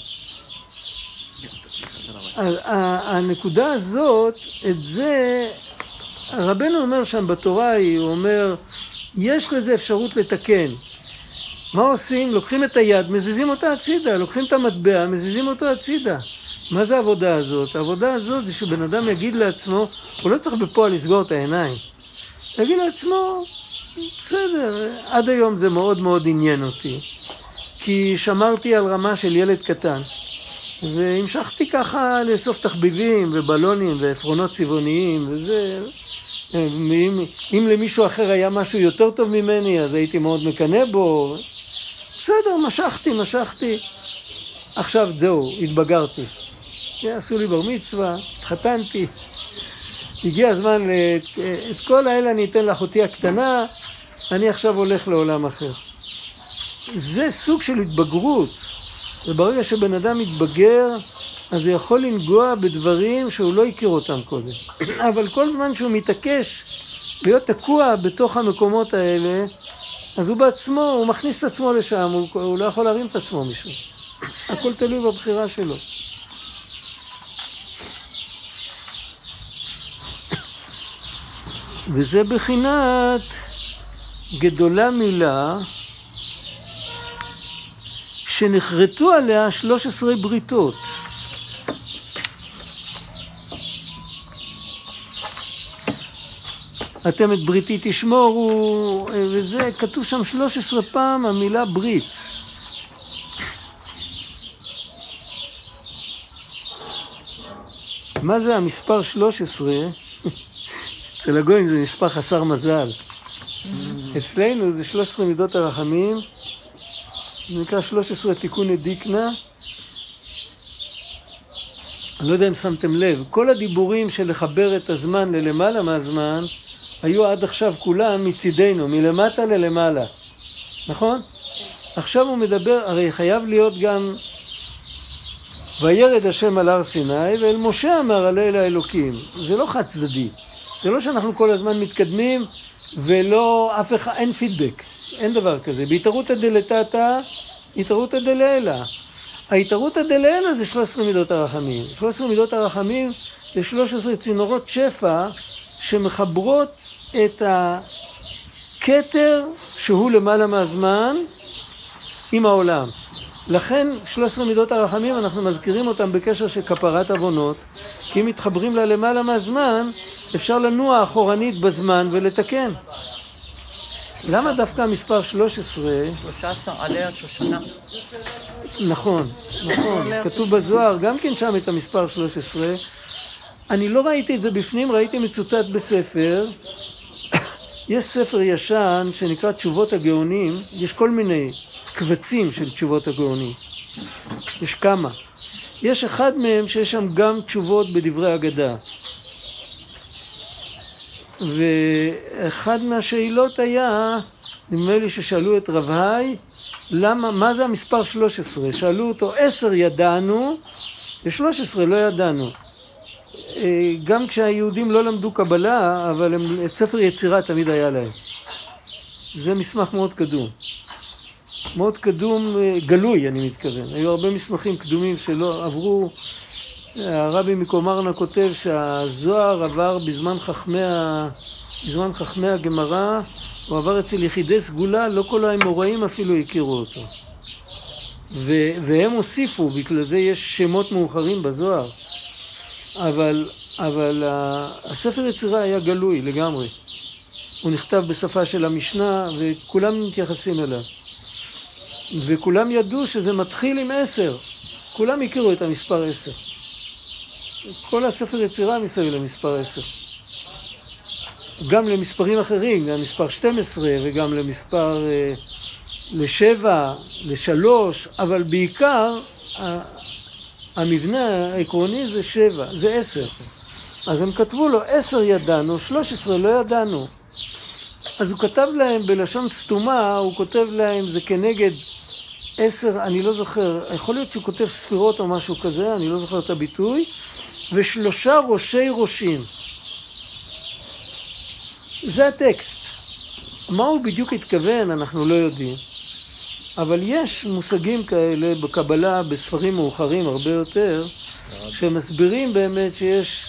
הנקודה הזאת, את זה, רבנו אומר שם בתורה, הוא אומר, יש לזה אפשרות לתקן. מה עושים? לוקחים את היד, מזיזים אותה הצידה, לוקחים את המטבע, מזיזים אותו הצידה. מה זה העבודה הזאת? העבודה הזאת זה שבן אדם יגיד לעצמו, הוא לא צריך בפועל לסגור את העיניים. יגיד לעצמו, בסדר, עד היום זה מאוד מאוד עניין אותי. כי שמרתי על רמה של ילד קטן. והמשכתי ככה לאסוף תחביבים ובלונים ועפרונות צבעוניים וזה. אם, אם למישהו אחר היה משהו יותר טוב ממני, אז הייתי מאוד מקנא בו. בסדר, משכתי, משכתי. עכשיו זהו, התבגרתי. עשו לי בר מצווה, התחתנתי. הגיע הזמן, את, את כל האלה אני אתן לאחותי הקטנה, אני עכשיו הולך לעולם אחר. זה סוג של התבגרות. וברגע שבן אדם מתבגר, אז הוא יכול לנגוע בדברים שהוא לא הכיר אותם קודם. אבל כל זמן שהוא מתעקש להיות תקוע בתוך המקומות האלה, אז הוא בעצמו, הוא מכניס את עצמו לשם, הוא, הוא לא יכול להרים את עצמו משהו. הכל תלוי בבחירה שלו. וזה בחינת גדולה מילה שנחרטו עליה שלוש עשרה בריתות. אתם את בריתי תשמורו, וזה כתוב שם שלוש עשרה פעם המילה ברית. מה זה המספר שלוש עשרה? אצל הגויים זה מספר חסר מזל. אצלנו זה שלוש עשרה מידות הרחמים, זה נקרא שלוש עשרה תיקוני דיקנה. אני לא יודע אם שמתם לב, כל הדיבורים של לחבר את הזמן ללמעלה מהזמן, היו עד עכשיו כולם מצידנו, מלמטה ללמעלה. נכון? עכשיו הוא מדבר, הרי חייב להיות גם וירד השם על הר סיני, ואל משה אמר עלה אל האלוקים. זה לא חד צדדי. זה לא שאנחנו כל הזמן מתקדמים, ולא, אף אחד, אין פידבק. אין דבר כזה. בהתערותא דלתתא, התערותא דלעילא. ההתערותא דלעילא זה שלוש עשרה מידות הרחמים. שלוש עשרה מידות הרחמים זה שלוש עשרה צינורות שפע, שמחברות את הכתר שהוא למעלה מהזמן עם העולם. לכן שלוש עשרה מידות הרחמים אנחנו מזכירים אותם בקשר של כפרת עוונות, כי אם מתחברים לה למעלה מהזמן אפשר לנוע אחורנית בזמן ולתקן. למה דווקא המספר שלוש עשרה? שלוש עשרה עלי השושנה. נכון, נכון, כתוב בזוהר גם כן שם את המספר שלוש עשרה. אני לא ראיתי את זה בפנים, ראיתי מצוטט בספר. יש ספר ישן שנקרא תשובות הגאונים, יש כל מיני קבצים של תשובות הגאונים. יש כמה. יש אחד מהם שיש שם גם תשובות בדברי אגדה. ואחד מהשאלות היה, נדמה לי ששאלו את רב היי, למה, מה זה המספר שלוש עשרה? שאלו אותו, עשר ידענו, ו-שלוש עשרה לא ידענו. גם כשהיהודים לא למדו קבלה, אבל הם, את ספר יצירה תמיד היה להם. זה מסמך מאוד קדום. מאוד קדום, גלוי אני מתכוון. היו הרבה מסמכים קדומים שלא עברו. הרבי מקומרנה כותב שהזוהר עבר בזמן חכמי, בזמן חכמי הגמרא, הוא עבר אצל יחידי סגולה, לא כל האמוראים אפילו הכירו אותו. ו- והם הוסיפו, בגלל זה יש שמות מאוחרים בזוהר. אבל, אבל הספר יצירה היה גלוי לגמרי. הוא נכתב בשפה של המשנה וכולם מתייחסים אליו. וכולם ידעו שזה מתחיל עם עשר. כולם הכירו את המספר עשר. כל הספר יצירה מסביב למספר עשר. גם למספרים אחרים, גם למספר שתים עשרה וגם למספר אה, לשבע, לשלוש, אבל בעיקר המבנה העקרוני זה שבע, זה עשר. אז הם כתבו לו, עשר ידענו, שלוש עשרה לא ידענו. אז הוא כתב להם בלשון סתומה, הוא כותב להם, זה כנגד עשר, אני לא זוכר, יכול להיות שהוא כותב ספירות או משהו כזה, אני לא זוכר את הביטוי, ושלושה ראשי ראשים. זה הטקסט. מה הוא בדיוק התכוון, אנחנו לא יודעים. אבל יש מושגים כאלה בקבלה, בספרים מאוחרים הרבה יותר, שמסבירים באמת שיש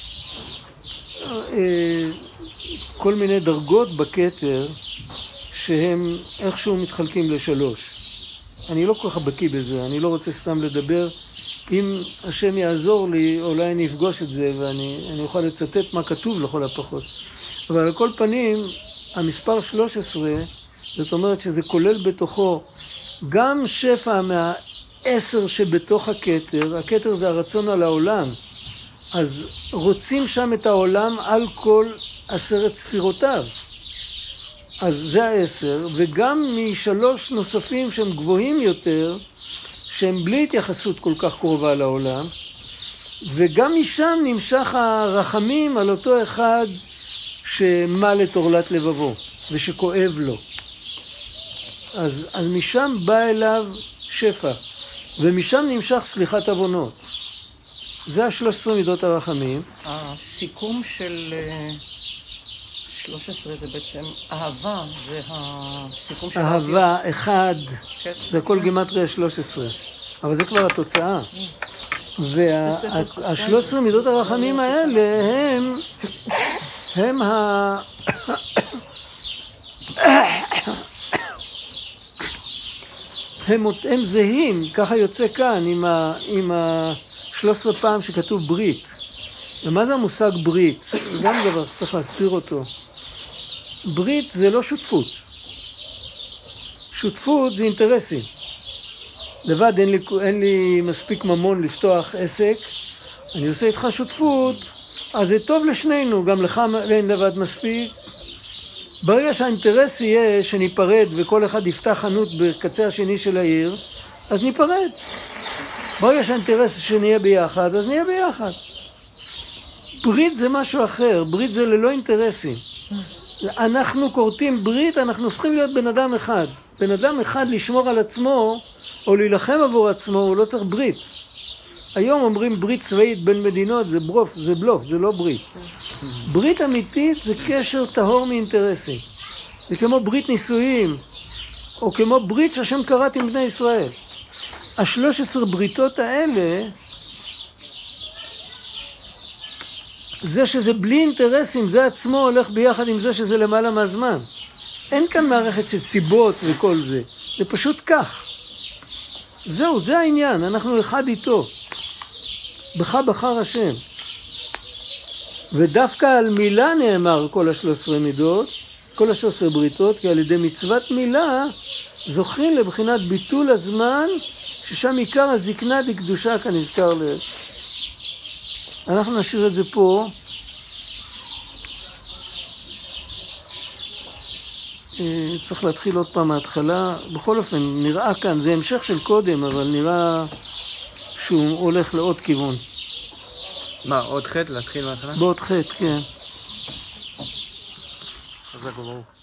אה, כל מיני דרגות בכתר, שהם איכשהו מתחלקים לשלוש. אני לא כל כך בקיא בזה, אני לא רוצה סתם לדבר. אם השם יעזור לי, אולי אני אפגוש את זה, ואני אני אוכל לצטט מה כתוב לכל הפחות. אבל על כל פנים, המספר שלוש עשרה, זאת אומרת שזה כולל בתוכו גם שפע מהעשר שבתוך הכתר. הכתר זה הרצון על העולם. אז רוצים שם את העולם על כל עשרת ספירותיו. אז זה העשר, וגם משלוש נוספים שהם גבוהים יותר, שהם בלי התייחסות כל כך קרובה לעולם, וגם משם נמשך הרחמים על אותו אחד שמל את עורלת לבבו, ושכואב לו. אז, אז משם בא אליו שפע, ומשם נמשך סליחת עוונות. זה השלוש עשרה מידות הרחמים. הסיכום של שלוש עשרה זה בעצם אהבה, זה הסיכום של אהבה, אחד, כן. זה הכל גימטריה שלוש עשרה. אבל זה כבר התוצאה. וה-שלוש עשרה מידות הרחמים האלה הם, הם ה... הם, הם זהים, ככה יוצא כאן עם ה... עם ה-שלוש עשרה פעם שכתוב ברית. ומה זה המושג ברית? זה גם דבר שצריך להסביר אותו. ברית זה לא שותפות. שותפות זה אינטרסים. לבד אין לי, אין לי מספיק ממון לפתוח עסק, אני עושה איתך שותפות, אז זה טוב לשנינו, גם לך אין לבד מספיק. ברגע שהאינטרס יהיה שניפרד וכל אחד יפתח חנות בקצה השני של העיר, אז ניפרד. ברגע שהאינטרס שנהיה ביחד, אז נהיה ביחד. ברית זה משהו אחר, ברית זה ללא אינטרסים. אנחנו קוראים ברית, אנחנו הופכים להיות בן אדם אחד. בן אדם אחד לשמור על עצמו, או להילחם עבור עצמו, הוא לא צריך ברית. היום אומרים ברית צבאית בין מדינות, זה ברוף, זה בלוף, זה לא ברית. ברית אמיתית זה קשר טהור מאינטרסים. זה כמו ברית נישואים, או כמו ברית שהשם קראת עם בני ישראל. השלוש עשר בריתות האלה, זה שזה בלי אינטרסים, זה עצמו הולך ביחד עם זה שזה למעלה מהזמן. אין כאן מערכת של סיבות וכל זה. זה פשוט כך. זהו, זה העניין. אנחנו אחד איתו. בך בחר השם. ודווקא על מילה נאמר כל השלוש עשרה מידות, כל השלוש עשרה בריתות, כי על ידי מצוות מילה זוכים לבחינת ביטול הזמן, ששם עיקר הזקנה דקדושה כנזכר ל... אנחנו נשאיר את זה פה. צריך להתחיל עוד פעם מההתחלה. בכל אופן, נראה כאן, זה המשך של קודם, אבל נראה שהוא הולך לעוד כיוון. מה, עוד חטא? להתחיל מההתחלה? בעוד חטא, כן. חזק וברוך.